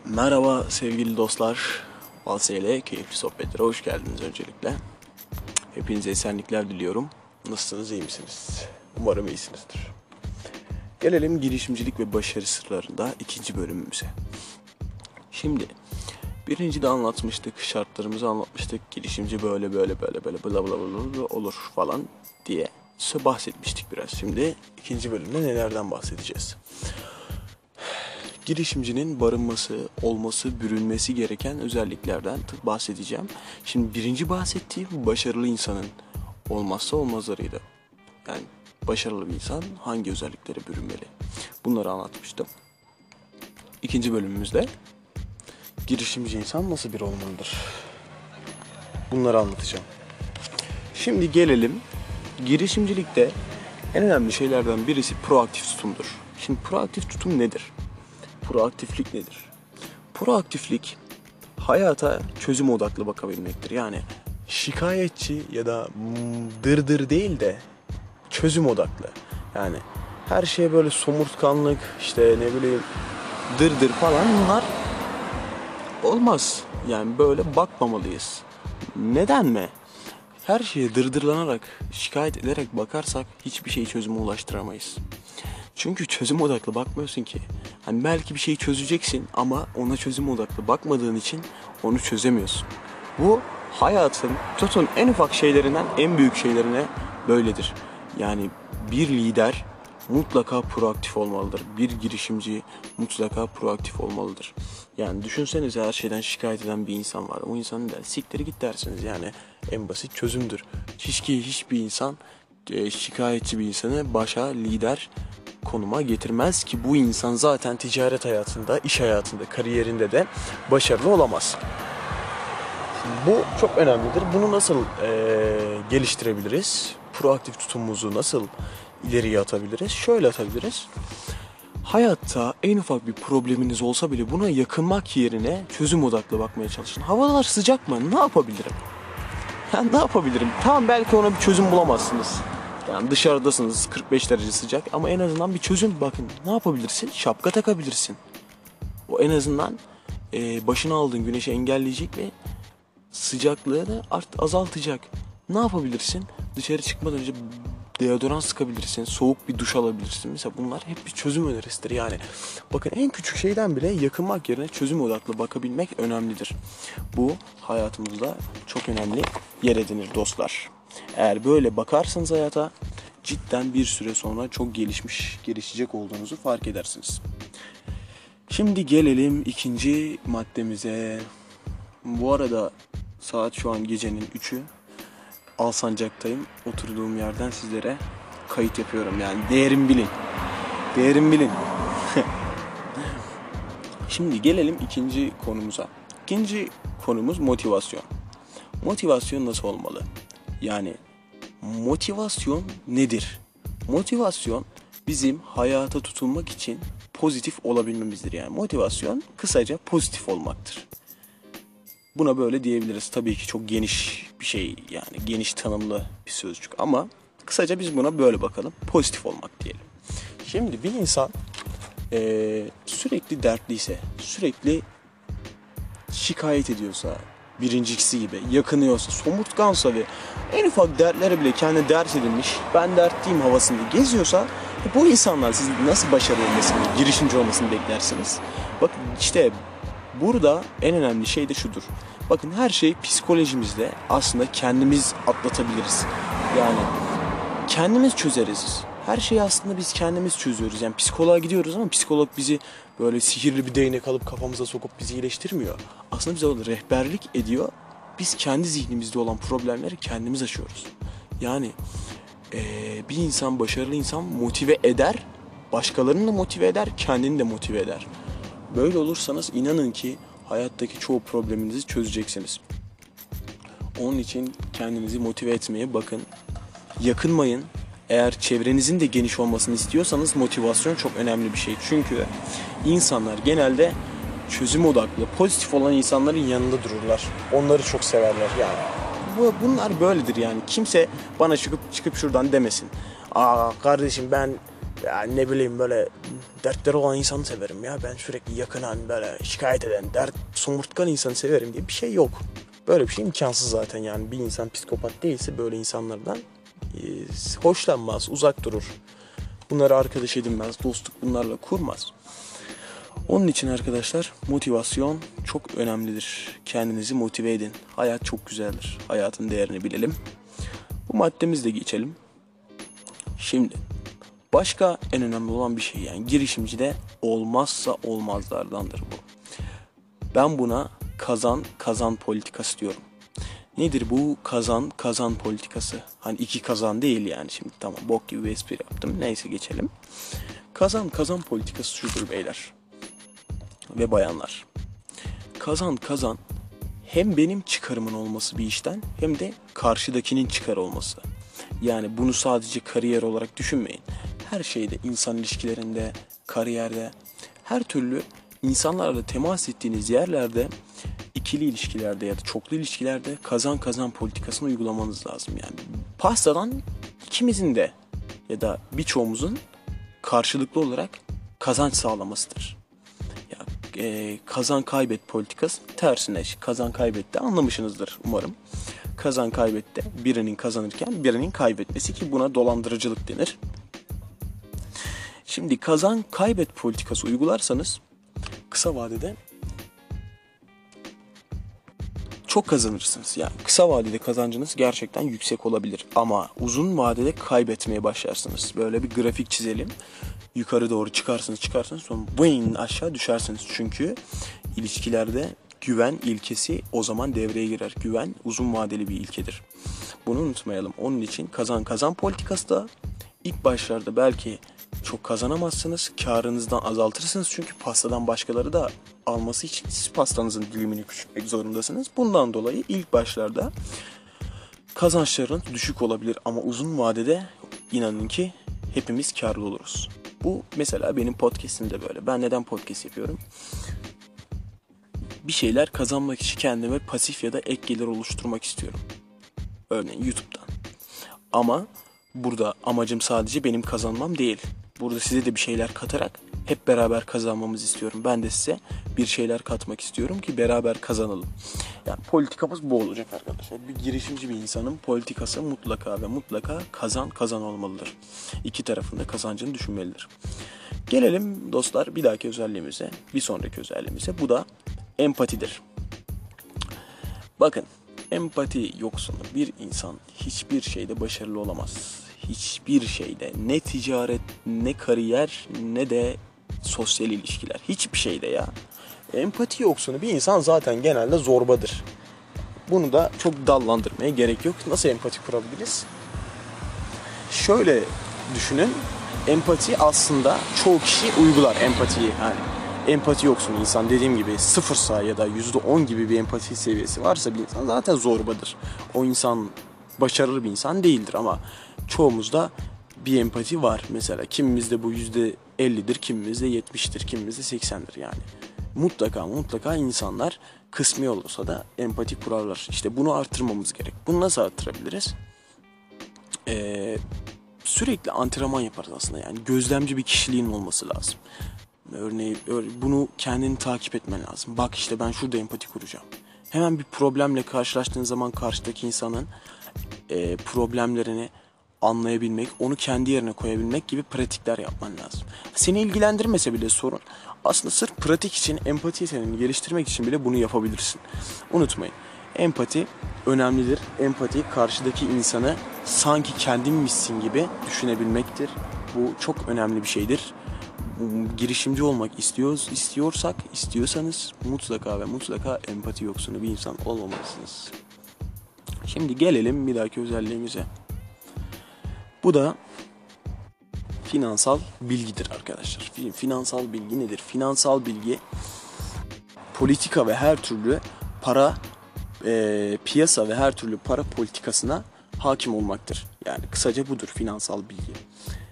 Merhaba sevgili dostlar. Valse ile keyifli sohbetlere hoş geldiniz öncelikle. Hepinize esenlikler diliyorum. Nasılsınız, iyi misiniz? Umarım iyisinizdir. Gelelim girişimcilik ve başarı sırlarında ikinci bölümümüze. Şimdi birincide anlatmıştık, şartlarımızı anlatmıştık. Girişimci böyle bla bla bla olur falan diye bahsetmiştik biraz. Şimdi ikinci bölümde nelerden bahsedeceğiz? Girişimcinin barınması, olması, bürünmesi gereken özelliklerden bahsedeceğim. Şimdi birinci bahsettiğim başarılı insanın olmazsa olmazlarıydı. Yani başarılı bir insan hangi özelliklere bürünmeli? Bunları anlatmıştım. İkinci bölümümüzde girişimci insan nasıl biri olmalıdır? Bunları anlatacağım. Şimdi gelelim girişimcilikte en önemli şeylerden birisi proaktif tutumdur. Şimdi proaktif tutum nedir? Proaktiflik nedir? Proaktiflik hayata çözüm odaklı bakabilmektir. Yani şikayetçi ya da dırdır değil de çözüm odaklı. Yani her şeye böyle somurtkanlık, işte ne bileyim dırdır falan bunlar olmaz. Yani böyle bakmamalıyız. Neden mi? Her şeye dırdırlanarak, şikayet ederek bakarsak hiçbir şeyi çözüme ulaştıramayız. Çünkü çözüm odaklı bakmıyorsun ki. Hani belki bir şeyi çözeceksin ama ona çözüm odaklı bakmadığın için onu çözemiyorsun. Bu hayatın tutun en ufak şeylerinden en büyük şeylerine böyledir. Yani bir lider mutlaka proaktif olmalıdır. Bir girişimci mutlaka proaktif olmalıdır. Yani düşünsenize her şeyden şikayet eden bir insan var. O insanın da siktir git dersiniz. Yani en basit çözümdür. Hiçbir insan şikayetçi bir insanı başa lider konuma getirmez ki bu insan zaten ticaret hayatında, iş hayatında, kariyerinde de başarılı olamaz. Şimdi bu çok önemlidir. Bunu nasıl geliştirebiliriz? Proaktif tutumumuzu nasıl ileriye atabiliriz? Şöyle atabiliriz. Hayatta en ufak bir probleminiz olsa bile buna yakınmak yerine çözüm odaklı bakmaya çalışın. Havalar sıcak mı? Ne yapabilirim? Ne yapabilirim? Tamam, belki ona bir çözüm bulamazsınız. Yani dışarıdasınız, 45 derece sıcak ama en azından bir çözüm bakın. Ne yapabilirsin? Şapka takabilirsin. O en azından başına aldığın güneşi engelleyecek ve sıcaklığını azaltacak. Ne yapabilirsin? Dışarı çıkmadan önce deodorant sıkabilirsin, soğuk bir duş alabilirsin. Mesela bunlar hep bir çözüm önerisidir. Yani bakın, en küçük şeyden bile yakınmak yerine çözüm odaklı bakabilmek önemlidir. Bu hayatımızda çok önemli yer edinir dostlar. Eğer böyle bakarsanız hayata cidden bir süre sonra çok gelişecek olduğunuzu fark edersiniz. Şimdi gelelim ikinci maddemize. Bu arada saat şu an gecenin 3'ü. Alsancak'tayım. Oturduğum yerden sizlere kayıt yapıyorum. Yani değerimi bilin. Değerimi bilin. Şimdi gelelim ikinci konumuza. İkinci konumuz motivasyon. Motivasyon nasıl olmalı? Yani motivasyon nedir? Motivasyon bizim hayata tutunmak için pozitif olabilmemizdir. Yani motivasyon kısaca pozitif olmaktır. Buna böyle diyebiliriz. Tabii ki çok geniş bir şey, yani geniş tanımlı bir sözcük ama kısaca biz buna böyle bakalım. Pozitif olmak diyelim. Şimdi bir insan sürekli dertliyse, sürekli şikayet ediyorsa, birincisi gibi yakınıyorsa, somurtkansa ve en ufak dertlere bile kendine dert edinmiş, ben dertliyim havasında geziyorsa, bu insanlar siz nasıl başarılı olmasını, girişimci olmasını beklersiniz? Bakın işte burada en önemli şey de şudur. Bakın, her şey psikolojimizde aslında kendimiz atlatabiliriz. Yani kendimiz çözeriz. Her şeyi aslında biz kendimiz çözüyoruz. Yani psikoloğa gidiyoruz ama psikolog bizi böyle sihirli bir değnek alıp kafamıza sokup bizi iyileştirmiyor. Aslında bize orada rehberlik ediyor. Biz kendi zihnimizde olan problemleri kendimiz aşıyoruz. Yani bir insan, başarılı insan motive eder, başkalarını da motive eder, kendini de motive eder. Böyle olursanız inanın ki hayattaki çoğu probleminizi çözeceksiniz. Onun için kendinizi motive etmeye bakın. Yakınmayın. Eğer çevrenizin de geniş olmasını istiyorsanız motivasyon çok önemli bir şey. Çünkü insanlar genelde çözüm odaklı, pozitif olan insanların yanında dururlar. Onları çok severler yani. Bunlar böyledir yani. Kimse bana çıkıp şuradan demesin. Kardeşim ben Ya ne bileyim, böyle dertleri olan insanı severim ya. Ben sürekli yakınan, böyle şikayet eden, dert somurtkan insanı severim diye bir şey yok. Böyle bir şey imkansız zaten yani. Bir insan psikopat değilse böyle insanlardan hoşlanmaz, uzak durur. Bunları arkadaş edinmez, dostluk bunlarla kurmaz. Onun için arkadaşlar motivasyon çok önemlidir. Kendinizi motive edin. Hayat çok güzeldir. Hayatın değerini bilelim. Bu maddemizi de geçelim. Şimdi başka en önemli olan bir şey, yani girişimcide olmazsa olmazlardandır bu. Ben buna kazan kazan politikası diyorum. Nedir bu kazan kazan politikası? Hani iki kazan değil yani, şimdi tamam bok gibi bir espri yaptım. Neyse geçelim. Kazan kazan politikası şudur beyler ve bayanlar. Kazan kazan hem benim çıkarımın olması bir işten hem de karşıdakinin çıkarı olması. Yani bunu sadece kariyer olarak düşünmeyin. Her şeyde, insan ilişkilerinde, kariyerde, her türlü insanlarla temas ettiğiniz yerlerde, ikili ilişkilerde ya da çoklu ilişkilerde kazan kazan politikasını uygulamanız lazım. Yani pastadan ikimizin de ya da birçoğumuzun karşılıklı olarak kazanç sağlamasıdır. Kazan kaybet politikası tersine kazan kaybette anlamışsınızdır umarım. Kazan kaybette birinin kazanırken birinin kaybetmesi, ki buna dolandırıcılık denir. Şimdi kazan kaybet politikası uygularsanız kısa vadede çok kazanırsınız. Yani kısa vadede kazancınız gerçekten yüksek olabilir ama uzun vadede kaybetmeye başlarsınız. Böyle bir grafik çizelim. Yukarı doğru çıkarsınız sonra boing aşağı düşersiniz. Çünkü ilişkilerde güven ilkesi o zaman devreye girer. Güven uzun vadeli bir ilkedir. Bunu unutmayalım. Onun için kazan kazan politikası da ilk başlarda belki çok kazanamazsınız. Karınızdan azaltırsınız. Çünkü pastadan başkaları da alması için siz pastanızın dilimini küçültmek zorundasınız. Bundan dolayı ilk başlarda kazançlarınız düşük olabilir ama uzun vadede inanın ki hepimiz karlı oluruz. Bu mesela benim podcast'imde böyle. Ben neden podcast yapıyorum? Bir şeyler kazanmak için kendime pasif ya da ek gelir oluşturmak istiyorum. Örneğin YouTube'dan. Ama burada amacım sadece benim kazanmam değil. Burada size de bir şeyler katarak hep beraber kazanmamızı istiyorum. Ben de size bir şeyler katmak istiyorum ki beraber kazanalım. Yani politikamız bu olacak arkadaşlar. Bir girişimci bir insanın politikası mutlaka ve mutlaka kazan kazan olmalıdır. İki tarafında kazancını düşünmelidir. Gelelim dostlar bir dahaki özelliğimize, bir sonraki özelliğimize. Bu da empatidir. Bakın, empati yoksunu bir insan hiçbir şeyde başarılı olamaz. Hiçbir şeyde, ne ticaret, ne kariyer, ne de sosyal ilişkiler. Hiçbir şeyde ya. Empati yoksunu bir insan zaten genelde zorbadır. Bunu da çok dallandırmaya gerek yok. Nasıl empati kurabiliriz? Şöyle düşünün. Empati aslında çoğu kişi uygular empatiyi. Yani empati yoksun insan, dediğim gibi sıfırsa ya da %10 gibi bir empati seviyesi varsa bir insan zaten zorbadır. O insan başarılı bir insan değildir ama çoğumuzda bir empati var. Mesela kimimizde bu %50'dir, kimimizde 70'tir, kimimizde 80'dir yani. Mutlaka insanlar kısmi olursa da empati kurarlar. İşte bunu artırmamız gerek. Bunu nasıl artırabiliriz? Sürekli antrenman yaparız aslında. Yani gözlemci bir kişiliğin olması lazım. Örneğin bunu kendini takip etmen lazım. Bak işte ben şurada empati kuracağım. Hemen bir problemle karşılaştığın zaman karşıdaki insanın problemlerini anlayabilmek, onu kendi yerine koyabilmek gibi pratikler yapman lazım. Seni ilgilendirmese bile sorun. Aslında sırf pratik için, empati yeteneğini geliştirmek için bile bunu yapabilirsin. Unutmayın. Empati önemlidir. Empati karşıdaki insanı sanki kendinmişsin gibi düşünebilmektir. Bu çok önemli bir şeydir. Girişimci olmak istiyorsanız mutlaka ve mutlaka empati yoksunu bir insan olmamalısınız. Şimdi gelelim bir dahaki özelliğimize. Bu da finansal bilgidir arkadaşlar. Finansal bilgi nedir? Finansal bilgi politika ve her türlü para piyasa ve her türlü para politikasına hakim olmaktır. Yani kısaca budur finansal bilgi.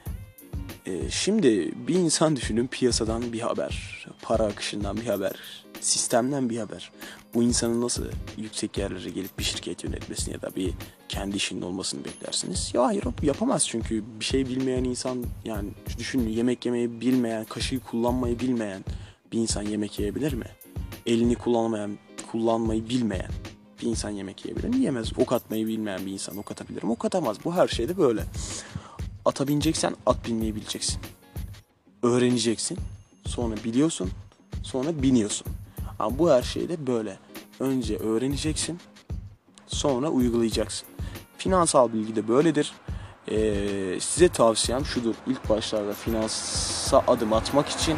Şimdi bir insan düşünün, piyasadan bir haber, para akışından bir haber, Sistemden bir haber. Bu insanın nasıl yüksek yerlere gelip bir şirket yönetmesini ya da bir kendi işinin olmasını beklersiniz? Ya hayır, yapamaz çünkü bir şey bilmeyen insan, yani düşünün, yemek yemeyi bilmeyen, kaşığı kullanmayı bilmeyen bir insan yemek yiyebilir mi? Elini kullanmayı bilmeyen bir insan yemek yiyebilir mi? Yiyemez. Ok atmayı bilmeyen bir insan ok atabilir mi? Ok atamaz. Bu her şeyde böyle. Ata bineceksen at binmeyi bileceksin. Öğreneceksin. Sonra biliyorsun. Sonra biniyorsun. Ama bu her şeyde böyle. Önce öğreneceksin. Sonra uygulayacaksın. Finansal bilgi de böyledir. Size tavsiyem şudur. İlk başlarda finansa adım atmak için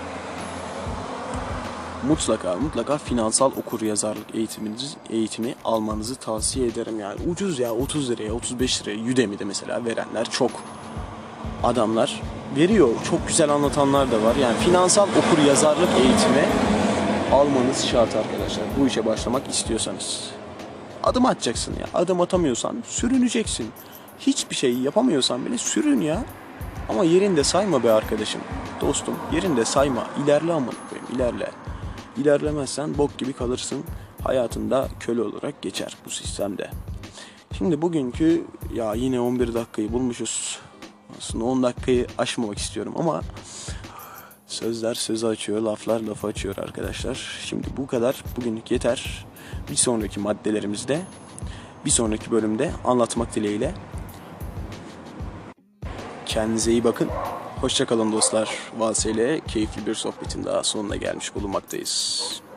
mutlaka finansal okuryazarlık eğitimi almanızı tavsiye ederim. Yani ucuz ya, 30 liraya 35 liraya Udemy'de mesela verenler çok. Adamlar veriyor. Çok güzel anlatanlar da var. Yani finansal okuryazarlık eğitimi almanız şart arkadaşlar. Bu işe başlamak istiyorsanız. Adım atacaksın ya. Adım atamıyorsan sürüneceksin. Hiçbir şey yapamıyorsan bile sürün ya. Ama yerinde sayma be arkadaşım. Dostum, yerinde sayma. İlerle amına koyayım, ilerle. İlerlemezsen bok gibi kalırsın. Hayatında köle olarak geçer bu sistemde. Şimdi bugünkü yine 11 dakikayı bulmuşuz. Aslında 10 dakikayı aşmamak istiyorum ama sözler sözü açıyor, laflar lafı açıyor arkadaşlar. Şimdi bu kadar. Bugünlük yeter. Bir sonraki maddelerimizde, bir sonraki bölümde anlatmak dileğiyle. Kendinize iyi bakın. Hoşça kalın dostlar. Vase ile keyifli bir sohbetin daha sonuna gelmiş bulunmaktayız.